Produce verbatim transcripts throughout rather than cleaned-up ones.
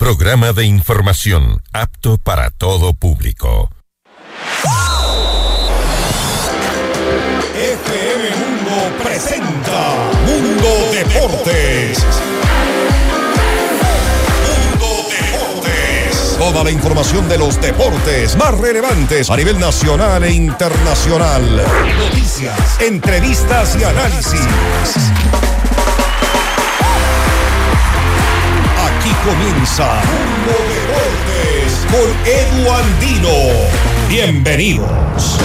Programa de información apto para todo público. F M Mundo presenta Mundo Deportes. Mundo Deportes. Toda la información de los deportes más relevantes a nivel nacional e internacional. Noticias, entrevistas y análisis. Aquí comienza Mundo Deportes con Edu Andino. Bienvenidos.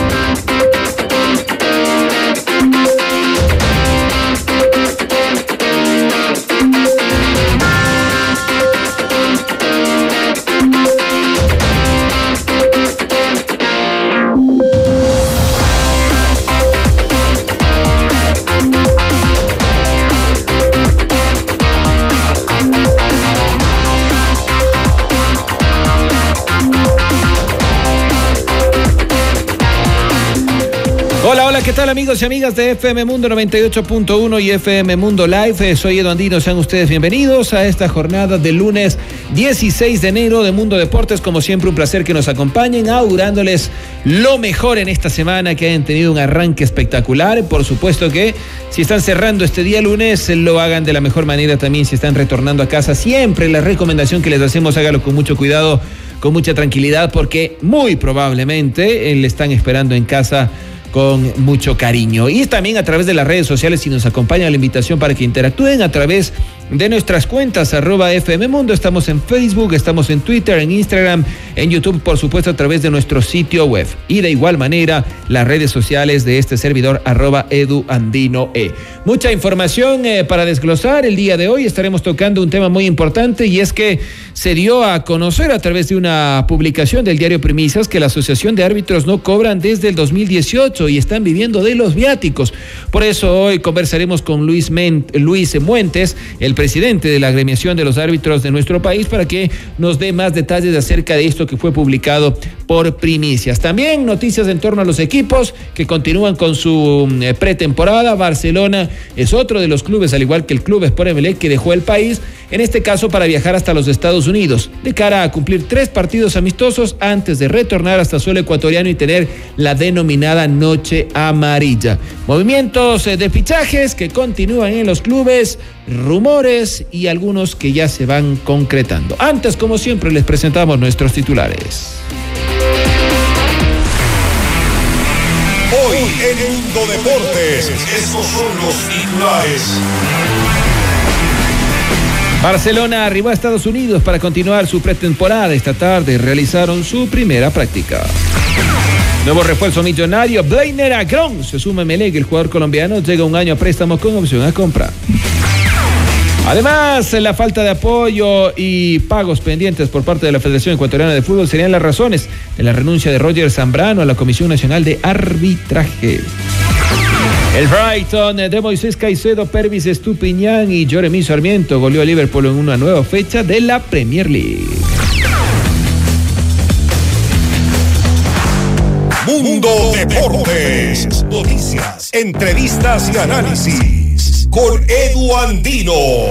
Hola, hola, ¿qué tal amigos y amigas de F M Mundo noventa y ocho punto uno y F M Mundo Live? Soy Edu Andino, sean ustedes bienvenidos a esta jornada del lunes dieciséis de enero de Mundo Deportes. Como siempre, un placer que nos acompañen, augurándoles lo mejor en esta semana, que hayan tenido un arranque espectacular. Por supuesto que si están cerrando este día lunes, lo hagan de la mejor manera también. Si están retornando a casa, siempre la recomendación que les hacemos, hágalo con mucho cuidado, con mucha tranquilidad, porque muy probablemente eh, le están esperando en casa con mucho cariño. Y también a través de las redes sociales, si nos acompañan, la invitación para que interactúen a través de nuestras cuentas, arroba F M Mundo. Estamos en Facebook, estamos en Twitter, en Instagram, en YouTube, por supuesto, a través de nuestro sitio web. Y de igual manera, las redes sociales de este servidor, arroba Edu Andino E. Mucha información eh, para desglosar el día de hoy. Estaremos tocando un tema muy importante, y es que se dio a conocer a través de una publicación del diario Primicias que la Asociación de Árbitros no cobran desde el dos mil dieciocho y están viviendo de los viáticos. Por eso hoy conversaremos con Luis, Men- Luis Muentes, el presidente de la agremiación de los árbitros de nuestro país, para que nos dé más detalles acerca de esto que fue publicado por Primicias. También noticias en torno a los equipos que continúan con su eh, pretemporada. Barcelona es otro de los clubes, al igual que el Club Sport Emelec, que dejó el país, en este caso para viajar hasta los Estados Unidos, de cara a cumplir tres partidos amistosos antes de retornar hasta suelo ecuatoriano y tener la denominada Noche Amarilla. Movimientos de fichajes que continúan en los clubes, rumores y algunos que ya se van concretando. Antes, como siempre, les presentamos nuestros titulares. Hoy en Mundo Deportes, estos son los titulares. Barcelona arribó a Estados Unidos para continuar su pretemporada. Esta tarde realizaron su primera práctica. Nuevo refuerzo millonario, Blainer Agrón se suma a Emelec. El jugador colombiano llega un año a préstamo con opción a compra. Además, la falta de apoyo y pagos pendientes por parte de la Federación Ecuatoriana de Fútbol serían las razones de la renuncia de Roger Zambrano a la Comisión Nacional de Arbitraje. El Brighton de Moisés Caicedo, Pervis Estupiñán y Jeremy Sarmiento goleó a Liverpool en una nueva fecha de la Premier League. Mundo Deportes. Noticias, entrevistas y análisis con Edu Andino.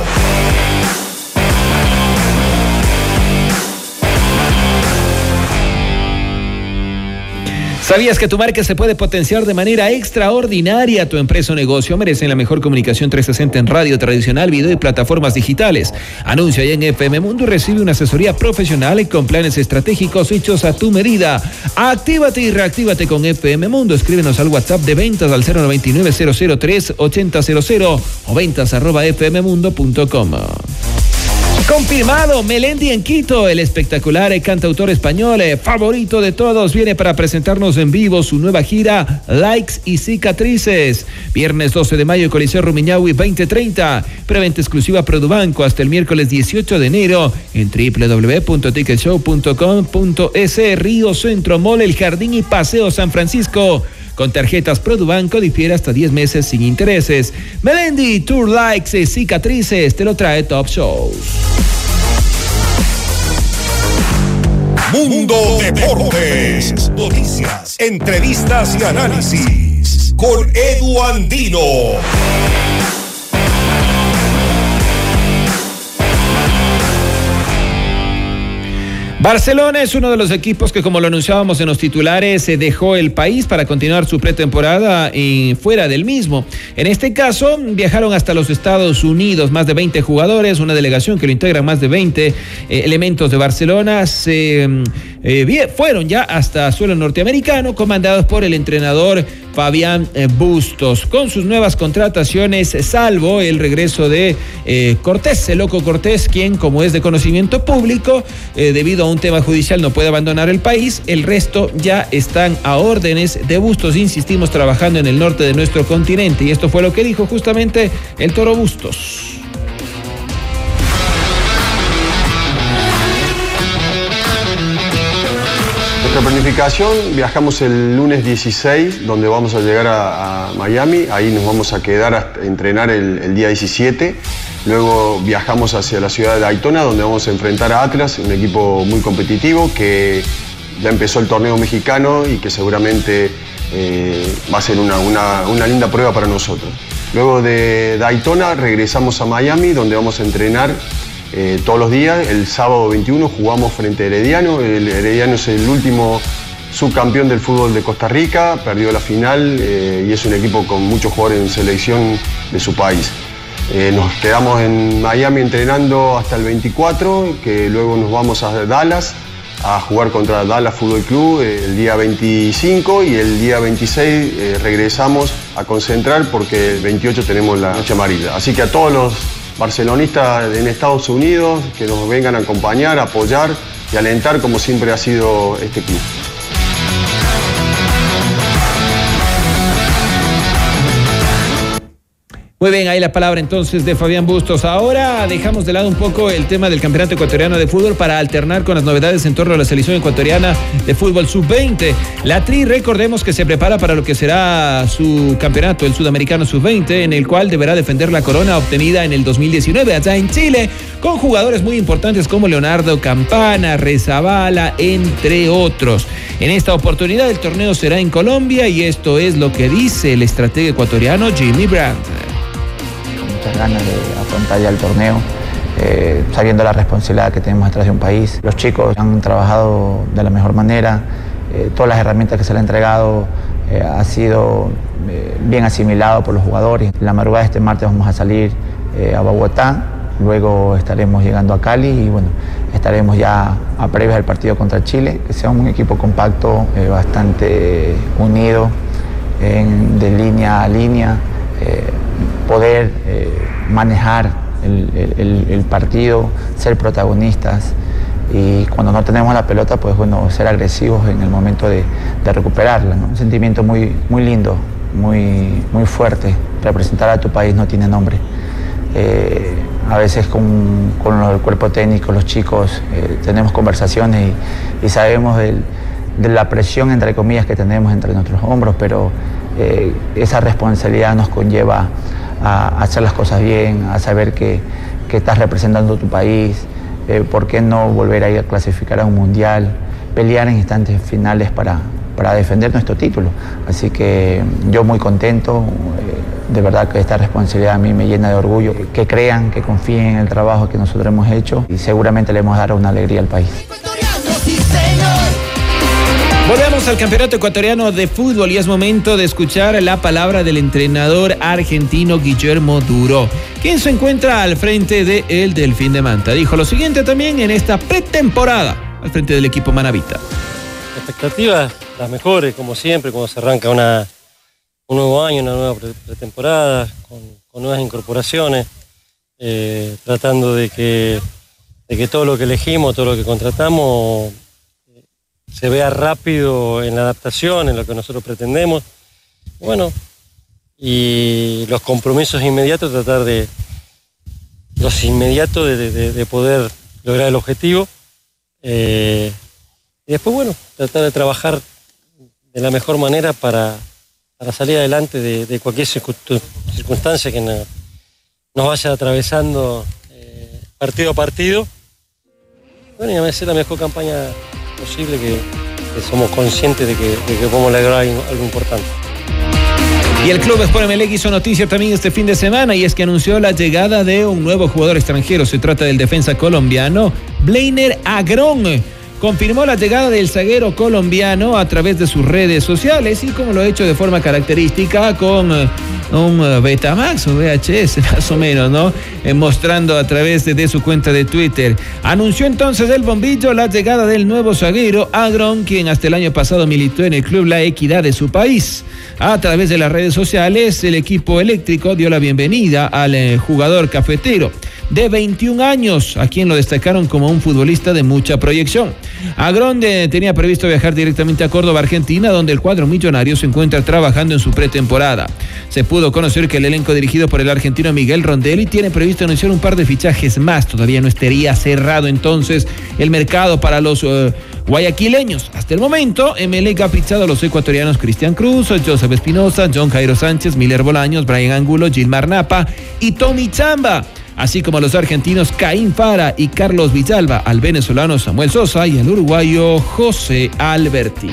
¿Sabías que tu marca se puede potenciar de manera extraordinaria? Tu empresa o negocio merecen la mejor comunicación trescientos sesenta en radio tradicional, video y plataformas digitales. Anuncia ya en F M Mundo y recibe una asesoría profesional y con planes estratégicos hechos a tu medida. Actívate y reactívate con F M Mundo. Escríbenos al WhatsApp de ventas al cero noventa y nueve, cero cero tres, ochenta cero cero o ventas arroba fmmundo punto com. Confirmado, Melendi en Quito, el espectacular cantautor español eh, favorito de todos, viene para presentarnos en vivo su nueva gira Likes y Cicatrices. Viernes doce de mayo, Coliseo Rumiñahui veinte treinta. Preventa exclusiva Produbanco hasta el miércoles dieciocho de enero en doble u doble u doble u punto ticket show punto com punto es. Río Centro Mall, El Jardín y Paseo San Francisco. Con tarjetas Produbanco difiere hasta diez meses sin intereses. Melendi, Tour Likes y Cicatrices, te lo trae Top Shows. Mundo Deportes. Noticias, entrevistas y análisis con Edu Andino. Barcelona es uno de los equipos que, como lo anunciábamos en los titulares, se dejó el país para continuar su pretemporada y fuera del mismo. En este caso, viajaron hasta los Estados Unidos más de veinte jugadores, una delegación que lo integra más de veinte eh, elementos de Barcelona. Se eh, fueron ya hasta suelo norteamericano, comandados por el entrenador Fabián eh, Bustos, con sus nuevas contrataciones, salvo el regreso de eh, Cortés, el loco Cortés, quien, como es de conocimiento público, eh, debido a un tema judicial no puede abandonar el país. El resto ya están a órdenes de Bustos, insistimos, trabajando en el norte de nuestro continente, y esto fue lo que dijo justamente el Toro Bustos. Nuestra planificación, viajamos el lunes dieciséis, donde vamos a llegar a, a Miami. Ahí nos vamos a quedar a entrenar el, el día diecisiete. Luego viajamos hacia la ciudad de Daytona, donde vamos a enfrentar a Atlas, un equipo muy competitivo que ya empezó el torneo mexicano y que seguramente eh, va a ser una, una, una linda prueba para nosotros. Luego de Daytona regresamos a Miami, donde vamos a entrenar Eh, todos los días. El sábado veintiuno jugamos frente a Herediano. El Herediano es el último subcampeón del fútbol de Costa Rica, perdió la final eh, y es un equipo con muchos jugadores en selección de su país. Eh, nos quedamos en Miami entrenando hasta el veinticuatro, que luego nos vamos a Dallas a jugar contra Dallas Fútbol Club eh, el día veinticinco, y el día veintiséis eh, regresamos a concentrar porque el veintiocho tenemos la noche amarilla. Así que a todos los barcelonistas en Estados Unidos, que nos vengan a acompañar, a apoyar y alentar como siempre ha sido este club. Muy bien, ahí la palabra entonces de Fabián Bustos. Ahora dejamos de lado un poco el tema del Campeonato Ecuatoriano de Fútbol para alternar con las novedades en torno a la selección ecuatoriana de fútbol sub veinte. La Tri, recordemos que se prepara para lo que será su campeonato, el Sudamericano sub veinte, en el cual deberá defender la corona obtenida en el dos mil diecinueve allá en Chile, con jugadores muy importantes como Leonardo Campana, Rezabala, entre otros. En esta oportunidad el torneo será en Colombia, y esto es lo que dice el estratega ecuatoriano Jimmy Brandt. Muchas ganas de afrontar ya el torneo, eh, sabiendo la responsabilidad que tenemos detrás de un país. Los chicos han trabajado de la mejor manera, eh, todas las herramientas que se les ha entregado eh, ha sido eh, bien asimilado por los jugadores. La madrugada de este martes vamos a salir eh, a Bogotá, luego estaremos llegando a Cali y bueno, estaremos ya a previas del partido contra Chile, que sea un equipo compacto, eh, bastante unido, en, de línea a línea. Eh, poder eh, manejar el, el, el partido, ser protagonistas, y cuando no tenemos la pelota, pues bueno, ser agresivos en el momento de, de recuperarla, ¿no? Un sentimiento muy, muy lindo, muy, muy fuerte. Representar a tu país no tiene nombre. Eh, a veces con, con el cuerpo técnico, los chicos, eh, tenemos conversaciones y, y sabemos del, de la presión, entre comillas, que tenemos entre nuestros hombros, pero eh, esa responsabilidad nos conlleva a hacer las cosas bien, a saber que, que estás representando a tu país, eh, por qué no volver a ir a clasificar a un mundial, pelear en instantes finales para, para defender nuestro título. Así que yo muy contento, eh, de verdad que esta responsabilidad a mí me llena de orgullo, que crean, que confíen en el trabajo que nosotros hemos hecho, y seguramente le hemos dado una alegría al país. Volvemos al Campeonato Ecuatoriano de Fútbol y es momento de escuchar la palabra del entrenador argentino Guillermo Duro, quien se encuentra al frente de el Delfín de Manta. Dijo lo siguiente también en esta pretemporada al frente del equipo manabita. Expectativas las mejores, como siempre, cuando se arranca una, un nuevo año, una nueva pretemporada, con, con nuevas incorporaciones, eh, tratando de que, de que todo lo que elegimos, todo lo que contratamos, se vea rápido en la adaptación, en lo que nosotros pretendemos. Bueno, y los compromisos inmediatos, tratar de, los inmediatos de, de, de poder lograr el objetivo. Eh, y después, bueno, tratar de trabajar de la mejor manera para, para salir adelante de, de cualquier circunstancia que nos, nos vaya atravesando eh, partido a partido. Bueno, y a hacer la mejor campaña posible, que, que somos conscientes de que, de que podemos lograr algo, algo importante. Y el Club Sport Emelec hizo noticia también este fin de semana, y es que anunció la llegada de un nuevo jugador extranjero. Se trata del defensa colombiano Bleiner Agrón, confirmó la llegada del zaguero colombiano a través de sus redes sociales y como lo ha hecho de forma característica con uh, un uh, Betamax, un V H S más o menos, ¿no? Eh, mostrando a través de, de su cuenta de Twitter. Anunció entonces el bombillo la llegada del nuevo zaguero Agron, quien hasta el año pasado militó en el club La Equidad de su país. A través de las redes sociales, el equipo eléctrico dio la bienvenida al eh, jugador cafetero de veintiún años, a quien lo destacaron como un futbolista de mucha proyección. Agron de, tenía previsto viajar directamente a Córdoba, Argentina, donde el cuadro millonario se encuentra trabajando en su pretemporada. Se pudo conocer que el elenco dirigido por el argentino Miguel Rondelli tiene previsto anunciar un par de fichajes más. Todavía no estaría cerrado entonces el mercado para los uh, guayaquileños. Hasta el momento, Emelec ha fichado a los ecuatorianos Cristian Cruz, Joseph Espinosa, John Jairo Sánchez, Miller Bolaños, Brian Angulo, Gilmar Napa y Tommy Chamba, así como a los argentinos Caín Fara y Carlos Villalba, al venezolano Samuel Sosa y al uruguayo José Alberti.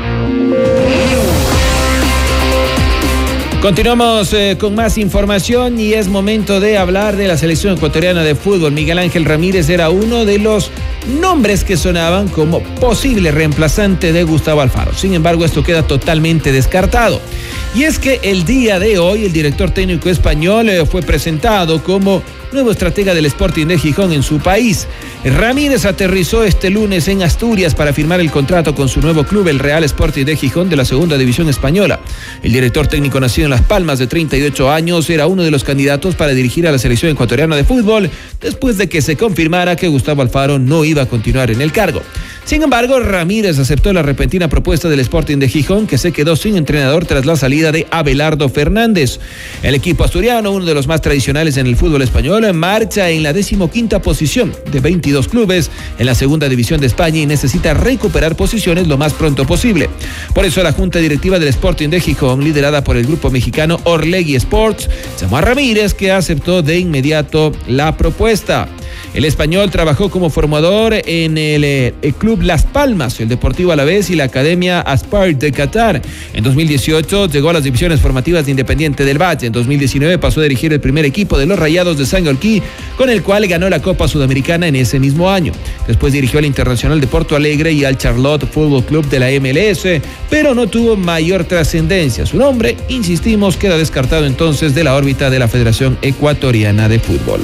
Continuamos eh, con más información y es momento de hablar de la selección ecuatoriana de fútbol. Miguel Ángel Ramírez era uno de los nombres que sonaban como posible reemplazante de Gustavo Alfaro. Sin embargo, esto queda totalmente descartado. Y es que el día de hoy el director técnico español eh, fue presentado como nuevo estratega del Sporting de Gijón en su país. Ramírez aterrizó este lunes en Asturias para firmar el contrato con su nuevo club, el Real Sporting de Gijón de la segunda división española. El director técnico nacido en Las Palmas de treinta y ocho años era uno de los candidatos para dirigir a la selección ecuatoriana de fútbol después de que se confirmara que Gustavo Alfaro no iba a continuar en el cargo. Sin embargo, Ramírez aceptó la repentina propuesta del Sporting de Gijón, que se quedó sin entrenador tras la salida de Abelardo Fernández. El equipo asturiano, uno de los más tradicionales en el fútbol español, marcha en la decimoquinta posición de veintidós clubes en la segunda división de España y necesita recuperar posiciones lo más pronto posible. Por eso la junta directiva del Sporting de Gijón, liderada por el grupo mexicano Orlegui Sports, llamó a Ramírez, que aceptó de inmediato la propuesta. El español trabajó como formador en el, eh, el Club Las Palmas, el Deportivo Alavés y la Academia Aspire de Qatar. En dos mil dieciocho llegó a las divisiones formativas de Independiente del Valle. En dos mil diecinueve pasó a dirigir el primer equipo de los Rayados de Sangolquí, con el cual ganó la Copa Sudamericana en ese mismo año. Después dirigió al Internacional de Porto Alegre y al Charlotte Football Club de la M L S, pero no tuvo mayor trascendencia. Su nombre, insistimos, queda descartado entonces de la órbita de la Federación Ecuatoriana de Fútbol.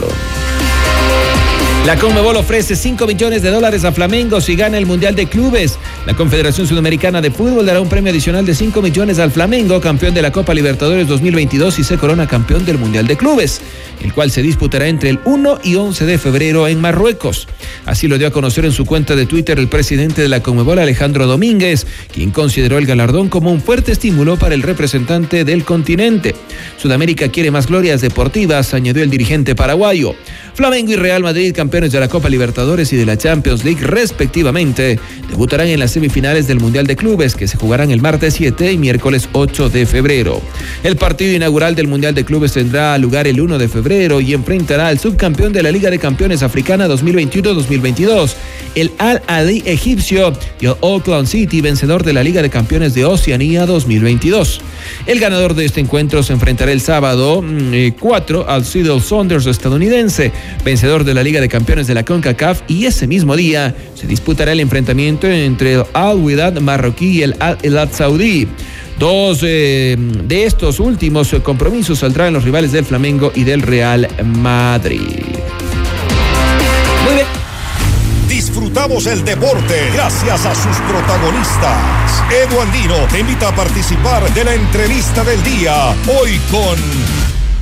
La Conmebol ofrece cinco millones de dólares a Flamengo si gana el Mundial de Clubes. La Confederación Sudamericana de Fútbol dará un premio adicional de cinco millones al Flamengo, campeón de la Copa Libertadores dos mil veintidós, y se corona campeón del Mundial de Clubes, el cual se disputará entre el uno y once de febrero en Marruecos. Así lo dio a conocer en su cuenta de Twitter el presidente de la Conmebol, Alejandro Domínguez, quien consideró el galardón como un fuerte estímulo para el representante del continente. Sudamérica quiere más glorias deportivas, añadió el dirigente paraguayo. Flamengo y Real Madrid, campeones de la Copa Libertadores y de la Champions League respectivamente, debutarán en las semifinales del Mundial de Clubes, que se jugarán el martes siete y miércoles ocho de febrero. El partido inaugural del Mundial de Clubes tendrá lugar el uno de febrero y enfrentará al subcampeón de la Liga de Campeones Africana dos mil veintiuno dos mil veintidós, el Al-Ahly egipcio, y el Auckland City, vencedor de la Liga de Campeones de Oceanía dos mil veintidós. El ganador de este encuentro se enfrentará el sábado eh, cuatro al Seattle Sounders estadounidense, vencedor de la Liga de Campeones de la CONCACAF, y ese mismo día se disputará el enfrentamiento entre el Al-Wihdat marroquí y el Al-Hilal saudí. Dos eh, de estos últimos compromisos saldrán los rivales del Flamengo y del Real Madrid. Muy bien. Disfrutamos el deporte gracias a sus protagonistas. Edu Andino te invita a participar de la entrevista del día, hoy con...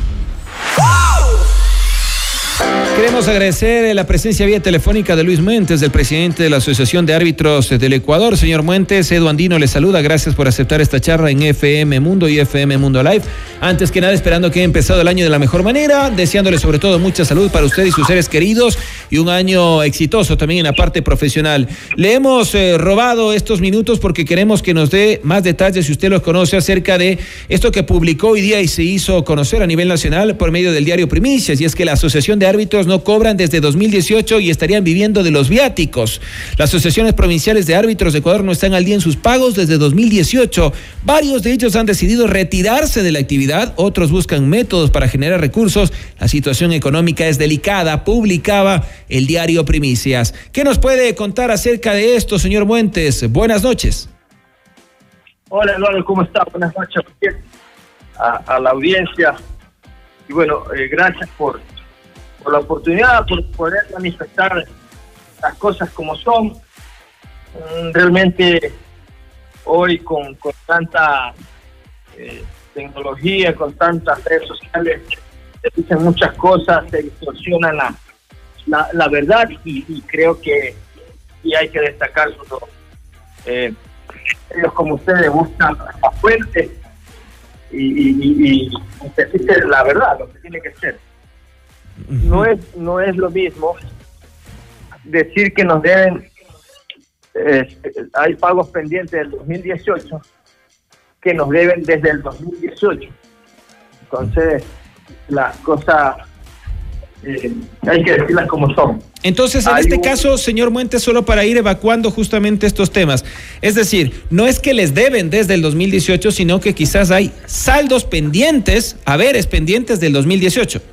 Queremos agradecer la presencia vía telefónica de Luis Muentes, del presidente de la Asociación de Árbitros del Ecuador. Señor Muentes, Edu Andino le saluda. Gracias por aceptar esta charla en F M Mundo y F M Mundo Live. Antes que nada, esperando que haya empezado el año de la mejor manera, deseándole sobre todo mucha salud para usted y sus seres queridos y un año exitoso también en la parte profesional. Le hemos eh, robado estos minutos porque queremos que nos dé más detalles, si usted los conoce, acerca de esto que publicó hoy día y se hizo conocer a nivel nacional por medio del diario Primicias, y es que la Asociación de Árbitros no no cobran desde dos mil dieciocho y estarían viviendo de los viáticos. Las asociaciones provinciales de árbitros de Ecuador no están al día en sus pagos desde dos mil dieciocho. Varios de ellos han decidido retirarse de la actividad, otros buscan métodos para generar recursos. La situación económica es delicada, publicaba el diario Primicias. ¿Qué nos puede contar acerca de esto, señor Muentes? Buenas noches. Hola, Eduardo, ¿cómo está? Buenas noches a, a la audiencia. Y bueno, eh, gracias por, por la oportunidad, por poder manifestar las cosas como son. Mm, realmente hoy con, con tanta eh, tecnología, con tantas redes sociales, se dicen muchas cosas, se distorsionan la, la, la verdad y, y creo que y hay que destacar todo. Eh, ellos como ustedes buscan la fuente y, y, y, y se dice la verdad, lo que tiene que ser. No es, no es lo mismo decir que nos deben, eh, hay pagos pendientes del dos mil dieciocho que nos deben desde el dos mil dieciocho. Entonces, las cosas eh, hay que decirlas como son. Entonces, en hay este un... caso, señor Muentes, solo para ir evacuando justamente estos temas, es decir, no es que les deben desde el dos mil dieciocho, sino que quizás hay saldos pendientes, haberes pendientes del dos mil dieciocho.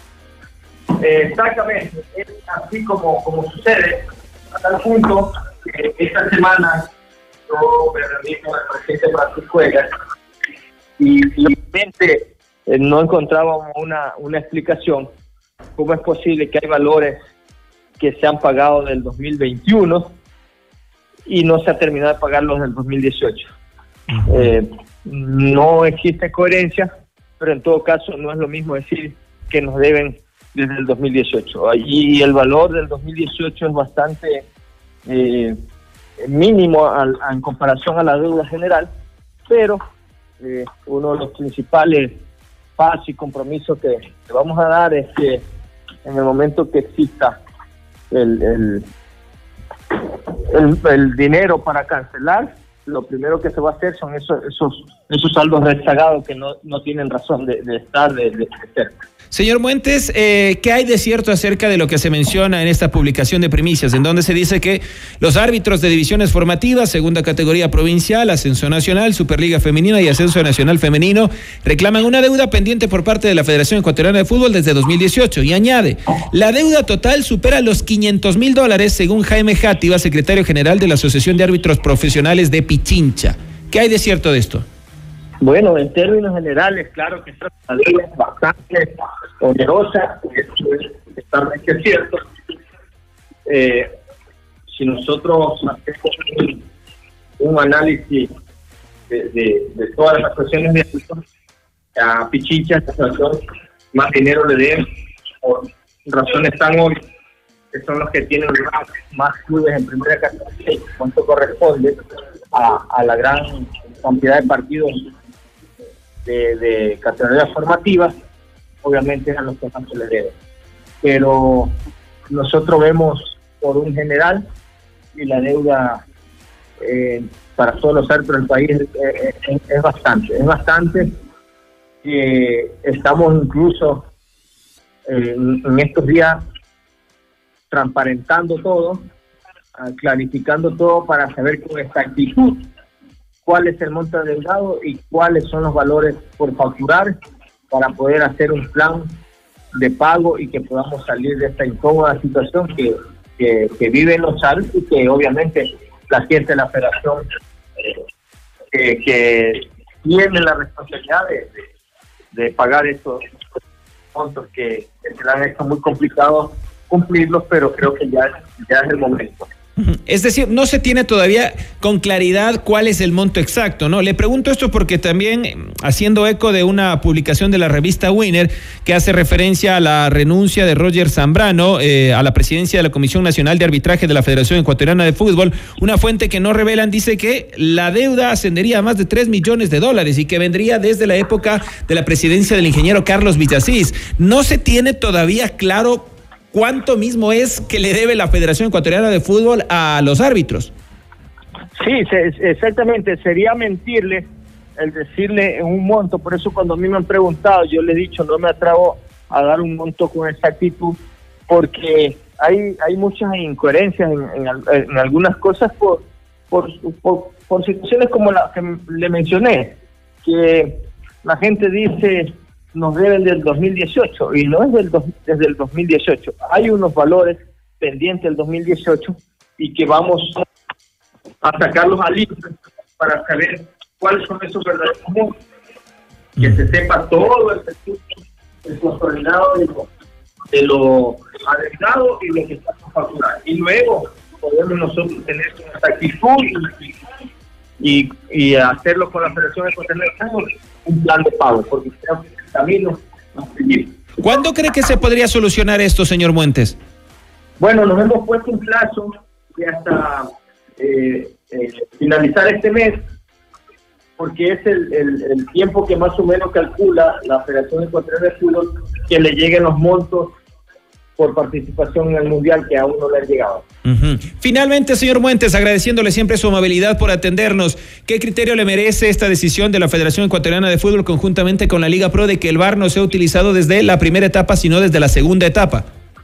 Eh, exactamente, es así como, como sucede. A tal punto que esta semana yo me reuní con el presidente Francisco Egas y realmente eh, no encontrábamos una, una explicación. ¿Cómo es posible que hay valores que se han pagado del dos mil veintiuno y no se ha terminado de pagarlos del dos mil dieciocho? Uh-huh. Eh, no existe coherencia, pero en todo caso no es lo mismo decir que nos deben desde el dos mil dieciocho. Y el valor del dos mil dieciocho es bastante eh, mínimo al, a, en comparación a la deuda general, pero eh, uno de los principales pasos y compromisos que, que vamos a dar es que en el momento que exista el, el, el, el dinero para cancelar, lo primero que se va a hacer son esos esos, esos saldos rezagados que no, no tienen razón de, de estar de, de, de ser. Señor Muentes, eh, ¿qué hay de cierto acerca de lo que se menciona en esta publicación de Primicias, en donde se dice que los árbitros de divisiones formativas, segunda categoría provincial, ascenso nacional, Superliga femenina y ascenso nacional femenino, reclaman una deuda pendiente por parte de la Federación Ecuatoriana de Fútbol desde dos mil dieciocho? Y añade, la deuda total supera los quinientos mil dólares, según Jaime Játiva, secretario general de la Asociación de Árbitros Profesionales de Pichincha. ¿Qué hay de cierto de esto? Bueno, en términos generales, claro que esta ley es bastante onerosa, eso es totalmente cierto. Eh, si nosotros hacemos un, un análisis de, de, de todas las asociaciones de árbitros, a Pichincha, esta asociación más dinero le den por razones tan obvias, que son los que tienen más, más clubes en primera categoría y cuánto corresponde a, a la gran cantidad de partidos de, de categorías formativas, obviamente a los que más se les debe. Pero nosotros vemos por un general y la deuda eh, para todos los árbitros del país eh, es, es bastante, es bastante. Eh, estamos incluso eh, en, en estos días transparentando todo, clarificando todo para saber con exactitud cuál es el monto adeudado y cuáles son los valores por facturar para poder hacer un plan de pago y que podamos salir de esta incómoda situación que, que, que viven los árbitros y que obviamente la siente la federación, eh, que, que tiene la responsabilidad de, de, de pagar estos, estos montos que, que se le han hecho muy complicados cumplirlos, pero creo que ya, ya es el momento. Es decir, no se tiene todavía con claridad cuál es el monto exacto, ¿no? Le pregunto esto porque también, haciendo eco de una publicación de la revista Winner, que hace referencia a la renuncia de Roger Zambrano eh, a la presidencia de la Comisión Nacional de Arbitraje de la Federación Ecuatoriana de Fútbol, una fuente que no revelan dice que la deuda ascendería a más de tres millones de dólares y que vendría desde la época de la presidencia del ingeniero Carlos Villasís. No se tiene todavía claro ¿cuánto mismo es que le debe la Federación Ecuatoriana de Fútbol a los árbitros? Sí, se, exactamente. Sería mentirle el decirle un monto. Por eso cuando a mí me han preguntado, yo le he dicho, no me atrevo a dar un monto con exactitud, porque hay hay muchas incoherencias en, en, en algunas cosas por por, por por situaciones como la que le mencioné, que la gente dice nos deben del dos mil dieciocho, y no es del do, desde el dos mil dieciocho. Hay unos valores pendientes del dos mil dieciocho y que vamos a sacarlos a libre para saber cuáles son esos verdaderos montos, que se sepa todo el el consolidado de lo, de lo agregado y lo que está por facturar. Y luego podemos nosotros tener una actitud y, y, y hacerlo con la Federación Ecuatoriana, un plan de pago, porque creo que el camino va a seguir. ¿Cuándo cree que se podría solucionar esto, señor Muentes? Bueno, nos hemos puesto un plazo de hasta eh, eh, finalizar este mes, porque es el, el, el tiempo que más o menos calcula la Federación Ecuatoriana de Fútbol que le lleguen los montos por participación en el Mundial que aún no le han llegado. Uh-huh. Finalmente, señor Muentes, agradeciéndole siempre su amabilidad por atendernos, ¿qué criterio le merece esta decisión de la Federación Ecuatoriana de Fútbol conjuntamente con la Liga Pro de que el V A R no sea utilizado desde la primera etapa, sino desde la segunda etapa?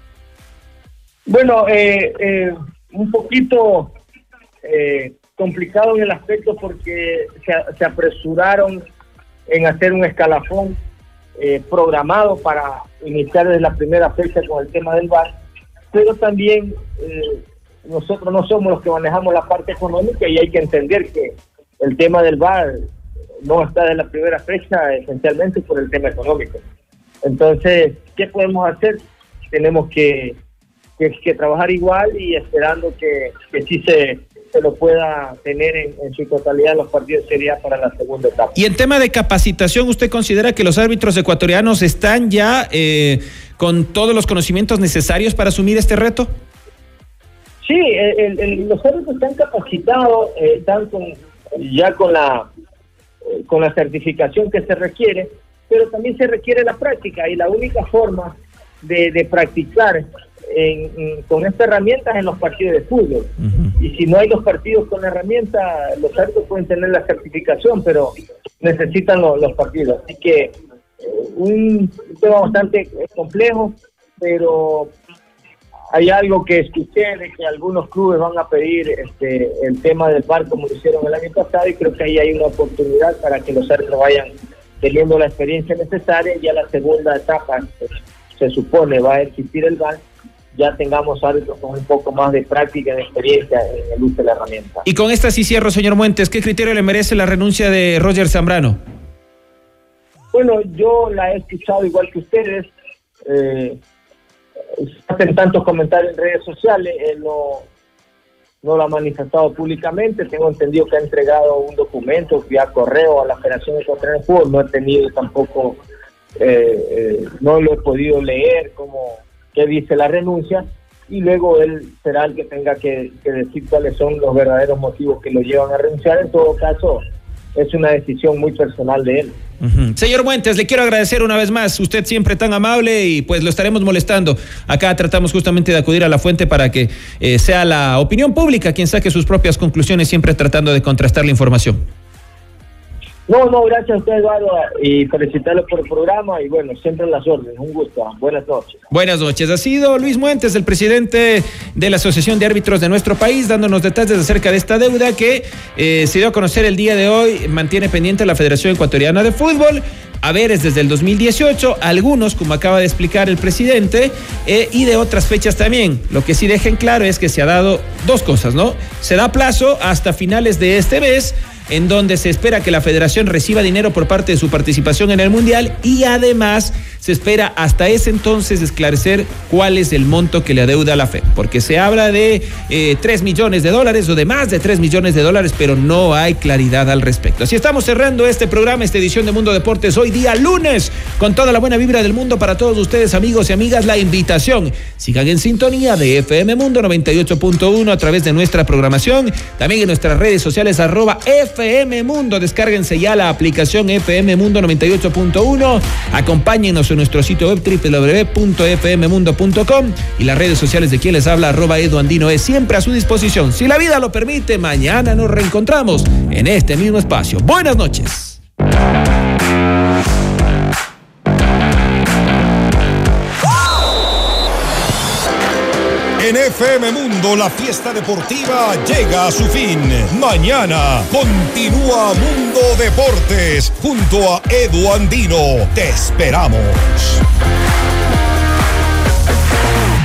Bueno, eh, eh, un poquito eh, complicado en el aspecto porque se, se apresuraron en hacer un escalafón eh, programado para iniciar desde la primera fecha con el tema del V A R, pero también eh, nosotros no somos los que manejamos la parte económica y hay que entender que el tema del V A R no está desde la primera fecha esencialmente por el tema económico. Entonces, ¿qué podemos hacer? Tenemos que, que, que trabajar igual y esperando que, que sí se, se lo pueda tener en, en su totalidad los partidos sería para la segunda etapa. Y en tema de capacitación, ¿usted considera que los árbitros ecuatorianos están ya eh, con todos los conocimientos necesarios para asumir este reto? Sí, el, el, los árbitros están capacitados, eh, están con, ya con la, eh, con la certificación que se requiere, pero también se requiere la práctica y la única forma de, de practicar En, en, con esta herramienta en los partidos de fútbol. Uh-huh. Y si no hay los partidos con la herramienta, los árbitros pueden tener la certificación, pero necesitan lo, los partidos. Así que eh, un tema bastante complejo, pero hay algo que escuché de que algunos clubes van a pedir este el tema del V A R como lo hicieron el año pasado, y creo que ahí hay una oportunidad para que los árbitros vayan teniendo la experiencia necesaria. Ya la segunda etapa pues, se supone va a existir el V A R, ya tengamos árbitros con un poco más de práctica y de experiencia en el uso de la herramienta. Y con esta sí cierro, señor Muentes, ¿qué criterio le merece la renuncia de Roger Zambrano? Bueno, yo la he escuchado igual que ustedes, eh, hacen tantos comentarios en redes sociales, él no, no lo ha manifestado públicamente, tengo entendido que ha entregado un documento vía correo a la Federación Ecuatoriana de Fútbol, no he tenido tampoco, eh, eh, no lo he podido leer como que dice la renuncia, y luego él será el que tenga que, que decir cuáles son los verdaderos motivos que lo llevan a renunciar. En todo caso, es una decisión muy personal de él. Uh-huh. Señor Muentes, le quiero agradecer una vez más, usted siempre tan amable, y pues lo estaremos molestando. Acá tratamos justamente de acudir a la fuente para que eh, sea la opinión pública quien saque sus propias conclusiones, siempre tratando de contrastar la información. No, no, gracias a usted, Eduardo, y felicitarlo por el programa, y bueno, siempre en las órdenes, un gusto, buenas noches. Buenas noches, ha sido Luis Muentes, el presidente de la Asociación de Árbitros de nuestro país, dándonos detalles acerca de esta deuda que eh, se dio a conocer el día de hoy, mantiene pendiente la Federación Ecuatoriana de Fútbol. A ver, es desde el dos mil dieciocho, algunos, como acaba de explicar el presidente, eh, y de otras fechas también. Lo que sí dejen claro es que se ha dado dos cosas, ¿no? Se da plazo hasta finales de este mes, en donde se espera que la federación reciba dinero por parte de su participación en el Mundial, y además se espera hasta ese entonces esclarecer cuál es el monto que le adeuda a la F E, porque se habla de eh, tres millones de dólares o de más de tres millones de dólares, pero no hay claridad al respecto. Así estamos cerrando este programa, esta edición de Mundo Deportes, hoy día lunes, con toda la buena vibra del mundo para todos ustedes, amigos y amigas. La invitación, sigan en sintonía de F M Mundo noventa y ocho punto uno a través de nuestra programación, también en nuestras redes sociales, arroba F M Mundo. Descárguense ya la aplicación F M Mundo noventa y ocho punto uno, acompáñenos en nuestro sitio web doble u doble u doble u punto f m mundo punto com y las redes sociales de quien les habla, arroba Edu Andino, es siempre a su disposición. Si la vida lo permite, mañana nos reencontramos en este mismo espacio. Buenas noches. En F M Mundo, la fiesta deportiva llega a su fin. Mañana continúa Mundo Deportes junto a Edu Andino. Te esperamos.